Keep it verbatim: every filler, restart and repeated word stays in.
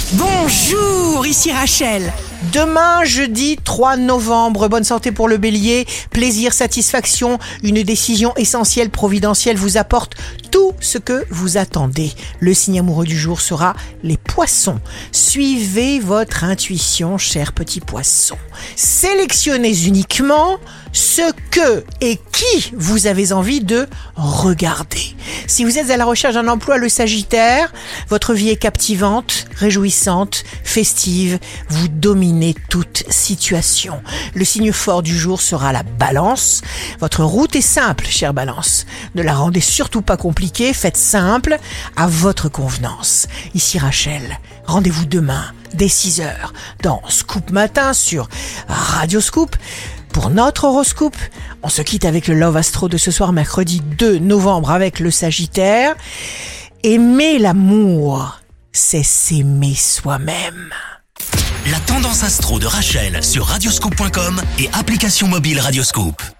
Bonjour, ici Rachel. Demain, jeudi trois novembre, bonne santé pour le bélier, plaisir, satisfaction, une décision essentielle, providentielle vous apporte tout ce que vous attendez. Le signe amoureux du jour sera les poissons. Suivez votre intuition, chers petits poissons. Sélectionnez uniquement ce que et qui vous avez envie de regarder. Si vous êtes à la recherche d'un emploi, le Sagittaire, votre vie est captivante, réjouissante, festive, vous dominez toute situation. Le signe fort du jour sera la Balance. Votre route est simple, chère Balance. Ne la rendez surtout pas compliquée, faites simple, à votre convenance. Ici Rachel, rendez-vous demain, dès six heures, dans Scoop Matin sur Radio Scoop. Pour notre horoscope, on se quitte avec le Love Astro de ce soir, mercredi deux novembre, avec le Sagittaire. Aimer l'amour, c'est s'aimer soi-même. La tendance astro de Rachel sur radioscoop point com et application mobile Radioscoop.